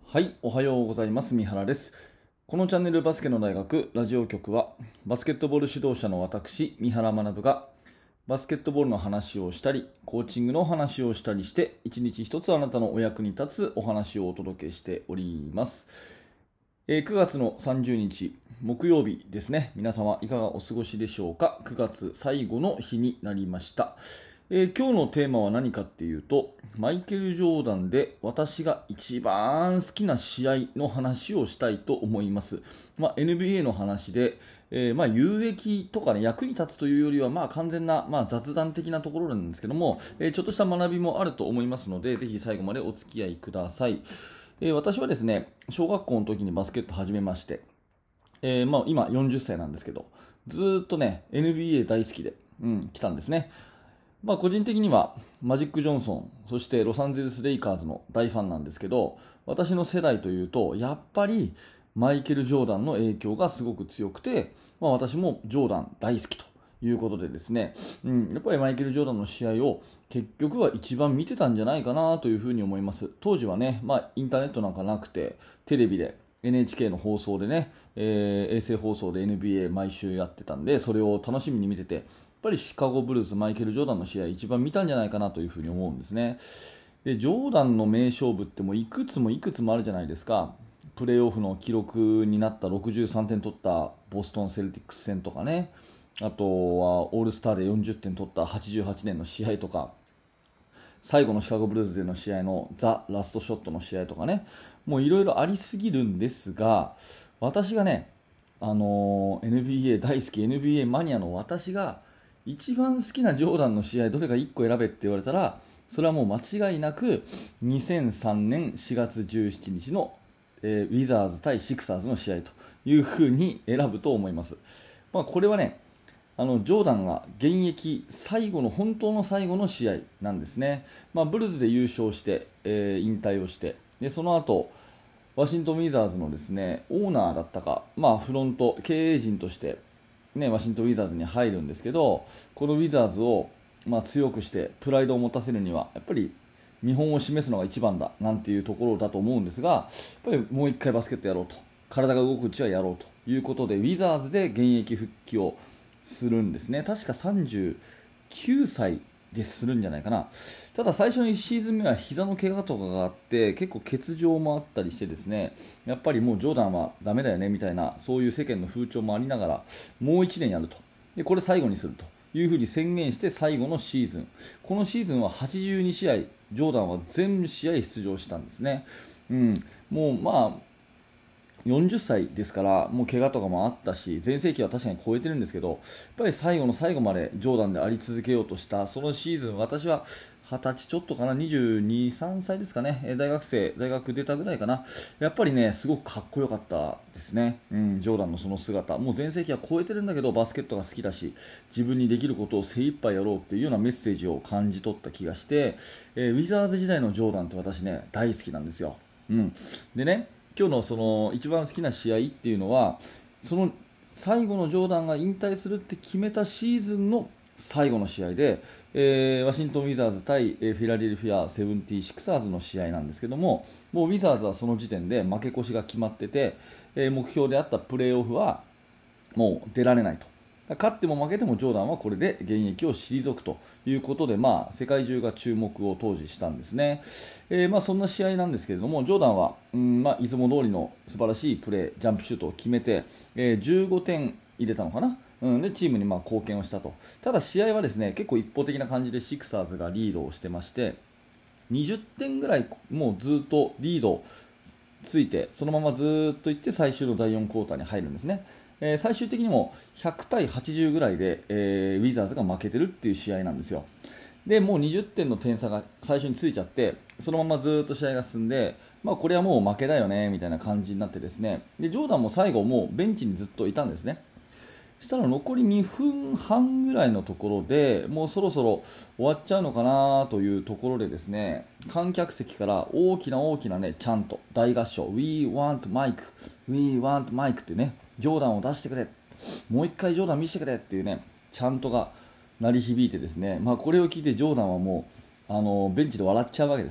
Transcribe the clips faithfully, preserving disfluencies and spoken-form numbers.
はい、おはようございます。三原です。このチャンネルバスケの大学ラジオ局は、バスケットボール指導者の私、三原学が、バスケットボールの話をしたり、コーチングの話をしたりして、一日一つあなたのお役に立つお話をお届けしております。えーくがつのさんじゅうにち、木曜日ですね。皆様いかがお過ごしでしょうか。くがつ最後の日になりました。えー今日のテーマは何かっていうと、マイケル・ジョーダンで私が一番好きな試合の話をしたいと思います。まあ、エヌビーエー の話で、えーまあ、有益とかね、役に立つというよりは、まあ、完全な、まあ、雑談的なところなんですけども、えーちょっとした学びもあると思いますので、ぜひ最後までお付き合いください。えー私はですね、小学校の時にバスケット始めまして、えーまあ、今よんじゅっさいなんですけど、ずーっとね、エヌビーエー 大好きで、うん、来たんですね。まあ、個人的にはマジック・ジョンソン、そしてロサンゼルス・レイカーズの大ファンなんですけど、私の世代というと、やっぱりマイケル・ジョーダンの影響がすごく強くて、まあ、私もジョーダン大好きということでですね、うん、やっぱりマイケル・ジョーダンの試合を結局は一番見てたんじゃないかなというふうに思います。当時はね、まあ、インターネットなんかなくて、テレビで エヌエイチケー の放送でね、えー衛星放送で エヌビーエー 毎週やってたんで、それを楽しみに見てて、やっぱりシカゴブルーズ、マイケル・ジョーダンの試合一番見たんじゃないかなというふうに思うんですね。で、ジョーダンの名勝負ってもういくつもいくつもあるじゃないですか。プレーオフの記録になったろくじゅうさんてん取ったボストン・セルティックス戦とかね。あとはオールスターでよんじゅってん取ったはちじゅうはちねんの試合とか、最後のシカゴブルーズでの試合のザ・ラストショットの試合とかね、もういろいろありすぎるんですが、私がね、あのー エヌビーエー 大好き エヌビーエー マニアの私が一番好きなジョーダンの試合どれかいっこ選べって言われたら、それはもう間違いなくにせんさんねんしがつじゅうしちにちの、えーウィザーズ対シクサーズの試合というふうに選ぶと思います。まあ、これはね、あのジョーダンが現役最後の本当の最後の試合なんですね。まあ、ブルーズで優勝して、えー引退をしてでその後ワシントン・ウィザーズのですねオーナーだったか、まあ、フロント経営陣として、ね、ワシントン・ウィザーズに入るんですけど、このウィザーズを、まあ、強くしてプライドを持たせるにはやっぱり見本を示すのが一番だなんていうところだと思うんですが、やっぱりもう一回バスケットやろうと、体が動くうちはやろうということでウィザーズで現役復帰をするんですね。確かさんじゅうきゅうさいでするんじゃないかな。ただ最初のいちシーズン目は膝の怪我とかがあって結構欠場もあったりしてですね、やっぱりもうジョーダンはダメだよねみたいな、そういう世間の風潮もありながらもういちねんやると、でこれ最後にするというふうに宣言して最後のシーズン、このシーズンははちじゅうにしあい、ジョーダンは全試合出場したんですね。うん、もうまあよんじゅっさいですから、もう怪我とかもあったし、全盛期は確かに超えてるんですけど、やっぱり最後の最後までジョーダンであり続けようとした、そのシーズン、私ははたちちょっとかな、にじゅうに、さんさいですかね、え大学生、大学出たぐらいかな、やっぱりね、すごくかっこよかったですね、うん、ジョーダンのその姿、もう全盛期は超えてるんだけど、バスケットが好きだし、自分にできることを精一杯やろうっていうようなメッセージを感じ取った気がして、えーウィザーズ時代のジョーダンって私ね、大好きなんですよ。うん、でね、今日のその一番好きな試合っていうのは、その最後のジョーダンが引退するって決めたシーズンの最後の試合で、えーワシントン・ウィザーズ対えーフィラデルフィア・セブンティシクサーズの試合なんですけども、もうウィザーズはその時点で負け越しが決まってて、えー目標であったプレーオフはもう出られないと。勝っても負けてもジョーダンはこれで現役を退くということで、まあ、世界中が注目を当時したんですね。えーまあ、そんな試合なんですけれども、ジョーダンは、うんまあ、いつも通りの素晴らしいプレー、ジャンプシュートを決めて、えーじゅうごてん入れたのかな、うん、でチームにまあ貢献をしたと。ただ試合はですね結構一方的な感じでシクサーズがリードをしてまして、にじゅってんぐらいもうずっとリードついてそのままずっといって最終のだいよんクォーターに入るんですね。えー最終的にもひゃくたいはちじゅうぐらいで、えーウィザーズが負けてるっていう試合なんですよ。でもうにじゅってんの点差が最初についちゃって、そのままずっと試合が進んで、まあ、これはもう負けだよねみたいな感じになってですね、でジョーダンも最後もうベンチにずっといたんですね。そしたら残りにふんはんぐらいのところでもうそろそろ終わっちゃうのかなというところでですね、観客席から大きな大きなねチャント大合唱 We want Mike We want Mike ってね、ジョーダンを出してくれ、もう一回ジョーダン見せてくれっていうねチャントが鳴り響いてですね、まあ、これを聞いてジョーダンはもうあのベンチで笑っちゃうわけですね。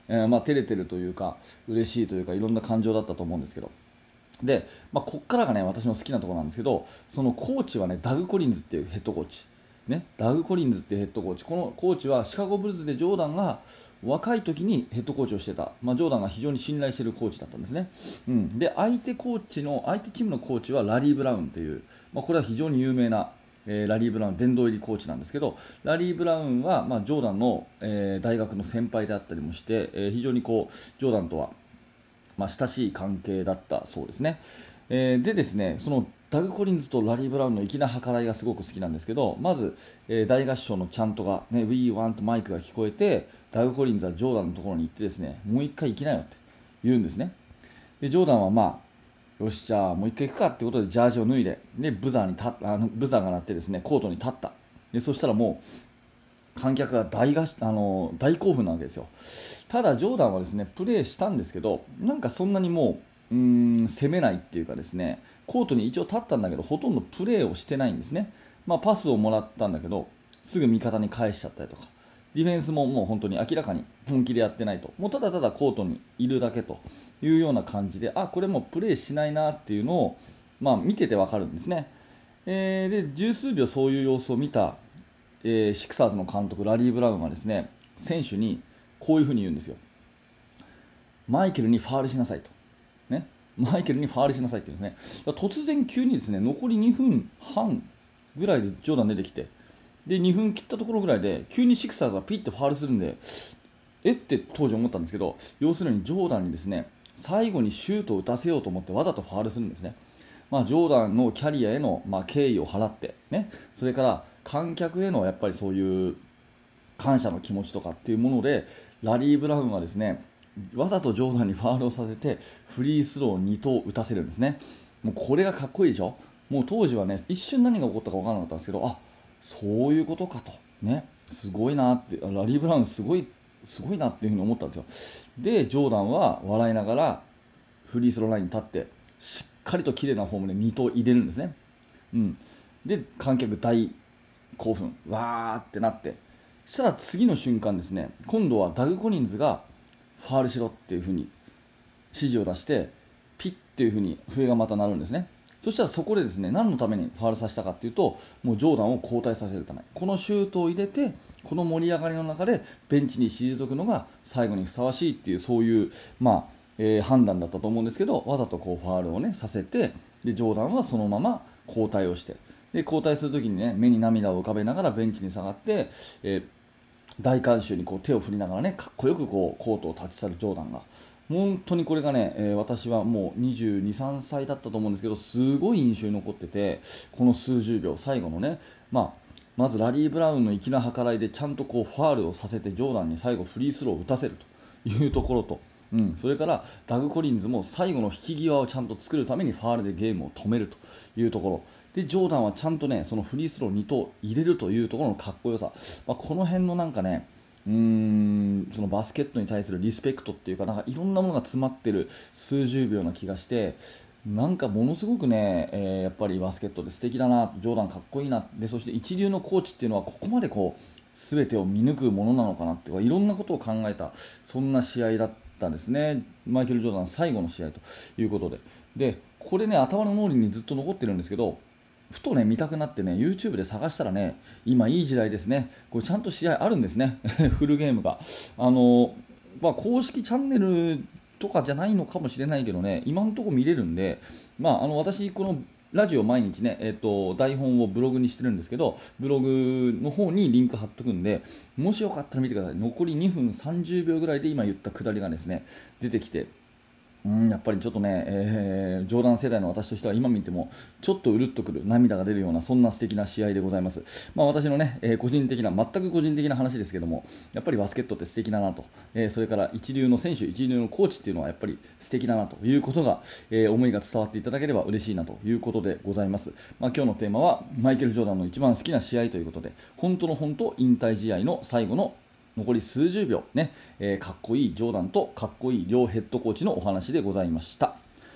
えーまあ、照れてるというか嬉しいというかいろんな感情だったと思うんですけど、で、まあ、こっからがね私の好きなところなんですけど、そのコーチはねダグ・コリンズっていうヘッドコーチ、ね、ダグ・コリンズっていうヘッドコーチ、このコーチはシカゴブルズでジョーダンが若い時にヘッドコーチをしてた、まあ、ジョーダンが非常に信頼しているコーチだったんですね、うん、で相手コーチの相手チームのコーチはラリー・ブラウンという、まあ、これは非常に有名な、えー、ラリー・ブラウン殿堂入りコーチなんですけど、ラリー・ブラウンは、まあ、ジョーダンの、えー、大学の先輩であったりもして、えー、非常にこうジョーダンとは、まあ、親しい関係だったそうですね。えー、でですね、そのダグ・コリンズとラリー・ブラウンの粋な計らいがすごく好きなんですけど、まず、えー、大合唱のチャントが、ね、We want マイクが聞こえて、ダグ・コリンズはジョーダンのところに行ってですね、もう一回行きなよって言うんですね。でジョーダンはまあよしじゃあもう一回行くかってことでジャージを脱いで、でブザーに立あのブザーが鳴ってですねコートに立った。でそしたらもう観客が大がしあの大興奮なわけですよ。ただジョーダンはですねプレーしたんですけど、なんかそんなにもう、うーん攻めないっていうかですね、コートに一応立ったんだけどほとんどプレーをしてないんですね。まあ、パスをもらったんだけどすぐ味方に返しちゃったりとか、ディフェンスももう本当に明らかに本気でやってないと、もうただただコートにいるだけというような感じで、あこれもうプレーしないなっていうのを、まあ、見ててわかるんですね。えー、で十数秒そういう様子を見た、えーシクサーズの監督ラリー・ブラウンはですね選手にこういうふうに言うんですよ。マイケルにファールしなさいと、ね、マイケルにファールしなさいって言うんですね。だから突然急にですね残りにふんはんぐらいでジョーダン出てきて、でにふん切ったところぐらいで急にシクサーズがピッとファールするんで、えって当時思ったんですけど、要するにジョーダンにですね最後にシュートを打たせようと思ってわざとファールするんですね。まあ、ジョーダンのキャリアへの、まあ、敬意を払って、ね、それから観客へのやっぱりそういう感謝の気持ちとかっていうもので、ラリー・ブラウンはですねわざとジョーダンにファールをさせてフリースローをに投打たせるんですね。もうこれがかっこいいでしょ。もう当時はね一瞬何が起こったか分からなかったんですけど、あそういうことかと、ね、すごいなって、ラリー・ブラウンすごいすごいなっていうふうに思ったんですよ。でジョーダンは笑いながらフリースローラインに立ってしっかりと綺麗なフォームでに投入れるんですね、うん、で観客大興奮わーってなって、そしたら次の瞬間ですね今度はダグ・コリンズがファールしろっていう風に指示を出してピッっていう風に笛がまた鳴るんですね。そしたらそこでですね何のためにファールさせたかっていうと、もうジョーダンを交代させるため、このシュートを入れてこの盛り上がりの中でベンチに退くのが最後にふさわしいっていう、そういう、まあえー、判断だったと思うんですけど、わざとこうファールを、ね、させて、でジョーダンはそのまま交代をして、で交代するときに、ね、目に涙を浮かべながらベンチに下がって、えー、大観衆にこう手を振りながら、ね、かっこよくこうコートを立ち去るジョーダンが、本当にこれがね、えー、私はもうにじゅうに、さんさいだったと思うんですけど、すごい印象に残ってて、この数十秒最後のね、まあ、まずラリー・ブラウンの粋な計らいでちゃんとこうファールをさせてジョーダンに最後フリースローを打たせるというところと、うん、それからダグ・コリンズも最後の引き際をちゃんと作るためにファールでゲームを止めるというところで、ジョーダンはちゃんとねそのフリースローに投入れるというところのかっこよさ、まあ、この辺のなんかねうーんそのバスケットに対するリスペクトっていうか、なんかいろんなものが詰まってる数十秒な気がして、なんかものすごくね、えーやっぱりバスケットで素敵だな、ジョーダンかっこいいな、でそして一流のコーチっていうのはここまでこう全てを見抜くものなのかなっていうか、いろんなことを考えたそんな試合だったんですね。マイケル・ジョーダン最後の試合ということで、でこれね頭の脳裏にずっと残ってるんですけど、ふとね見たくなってね YouTube で探したらね、今いい時代ですね、これちゃんと試合あるんですねフルゲームが、あの、まあ、公式チャンネルとかじゃないのかもしれないけどね、今のところ見れるんで、まあ、あの私このラジオ毎日ね、えっと、台本をブログにしてるんですけど、ブログの方にリンク貼っとくんで、もしよかったら見てください。残りにふんさんじゅうびょうぐらいで今言ったくだりがですね出てきて、うんやっぱりちょっとね、えー、ジョーダン世代の私としては今見てもちょっとうるっとくる涙が出るようなそんな素敵な試合でございます。まあ、私のね、えー個人的な全く個人的な話ですけども、やっぱりバスケットって素敵だなと、えーそれから一流の選手一流のコーチっていうのはやっぱり素敵だなということが、えー思いが伝わっていただければ嬉しいなということでございます。まあ、今日のテーマはマイケル・ジョーダンの一番好きな試合ということで、本当の本当引退試合の最後の残り数十秒ね、えーかっこいいジョーダンとかっこいい両ヘッドコーチのお話でございました。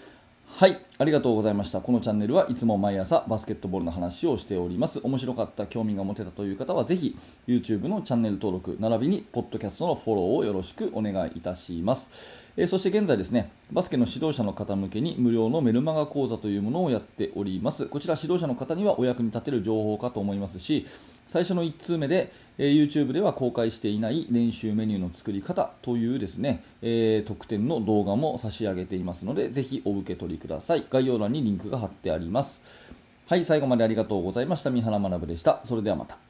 はい、ありがとうございました。このチャンネルはいつも毎朝バスケットボールの話をしております。面白かった、興味が持てたという方はぜひ YouTube のチャンネル登録並びにポッドキャストのフォローをよろしくお願いいたします。えー、そして現在ですね、バスケの指導者の方向けに無料のメルマガ講座というものをやっております。こちら指導者の方にはお役に立てる情報かと思いますし、最初のいっ通目で、えー、YouTube では公開していない練習メニューの作り方というですね、えー、特典の動画も差し上げていますので、ぜひお受け取りください。概要欄にリンクが貼ってあります。はい、最後までありがとうございました。三原学でした。それではまた。